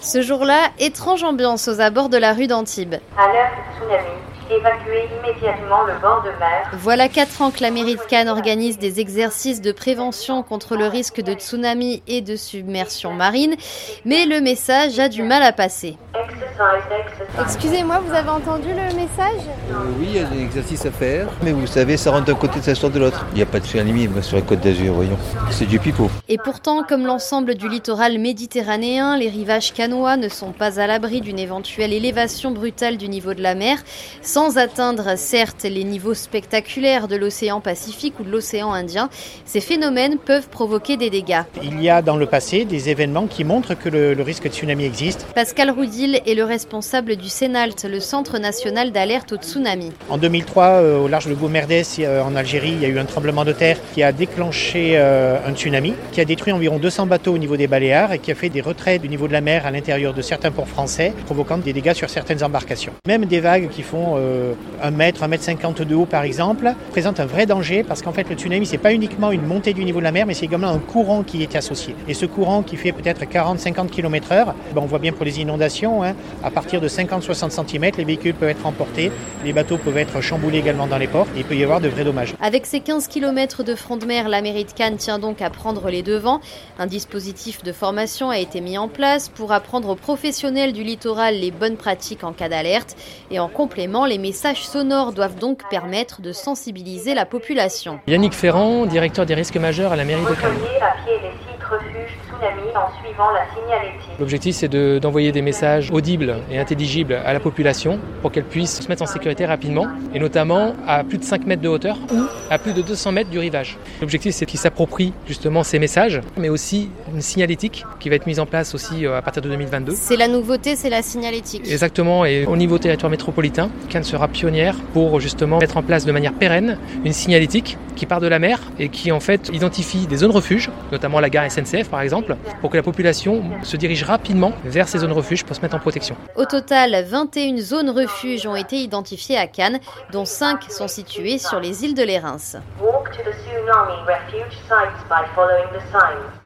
Ce jour-là, étrange ambiance aux abords de la rue d'Antibes. Alerte tsunami, évacuez immédiatement le bord de mer. Voilà 4 ans que la mairie de Cannes organise des exercices de prévention contre le risque de tsunami et de submersion marine, mais le message a du mal à passer. Excusez-moi, vous avez entendu le message ? Oui, il y a des exercices à faire, mais vous savez, ça rentre d'un côté, ça sort de l'autre. Il n'y a pas de tsunami sur la côte d'Azur, voyons. C'est du pipeau. Et pourtant, comme l'ensemble du littoral méditerranéen, les rivages cannois ne sont pas à l'abri d'une éventuelle élévation brutale du niveau de la mer, sans atteindre certes les niveaux spectaculaires de l'océan Pacifique ou de l'océan Indien. Ces phénomènes peuvent provoquer des dégâts. Il y a dans le passé des événements qui montrent que le risque de tsunami existe. Pascal Roudil est le responsable du CNALT, le Centre national d'alerte au tsunami. En 2003, au large de Gomerdes, en Algérie, il y a eu un tremblement de terre qui a déclenché un tsunami, qui a détruit environ 200 bateaux au niveau des Baléares et qui a fait des retraits du niveau de la mer à l'intérieur de certains ports français, provoquant des dégâts sur certaines embarcations. Même des vagues qui font 1 mètre, 1 mètre 50 de haut par exemple, présentent un vrai danger parce qu'en fait le tsunami, c'est pas uniquement une montée du niveau de la mer, mais c'est également un courant qui est associé. Et ce courant qui fait peut-être 40-50 km/h, on voit bien pour les inondations, à partir de 50-60 cm, les véhicules peuvent être emportés, les bateaux peuvent être chamboulés également dans les ports et il peut y avoir de vrais dommages. Avec ses 15 km de front de mer, la mairie de Cannes tient donc à prendre les devants. Un dispositif de formation a été mis en place pour apprendre aux professionnels du littoral les bonnes pratiques en cas d'alerte. Et en complément, les messages sonores doivent donc permettre de sensibiliser la population. Yannick Ferrand, directeur des risques majeurs à la mairie de Cannes. Rejoignez à pied les sites refuges tsunami en suivant la signalétique. L'objectif, c'est d'envoyer des messages audibles et intelligibles à la population pour qu'elle puisse se mettre en sécurité rapidement, et notamment à plus de 5 mètres de hauteur ou à plus de 200 mètres du rivage. L'objectif, c'est qu'ils s'approprient justement ces messages, mais aussi une signalétique qui va être mise en place aussi à partir de 2022. C'est la nouveauté, c'est la signalétique. Exactement, et au niveau territoire métropolitain, Cannes sera pionnière pour justement mettre en place de manière pérenne une signalétique qui part de la mer et qui en fait identifie des zones refuges, notamment la gare SNCF par exemple, pour que la population se dirige rapidement vers ces zones refuges pour se mettre en protection. Au total, 21 zones refuges ont été identifiées à Cannes, dont 5 sont situées sur les îles de l'Érins. Walk to the tsunami refuge sites by following the signs.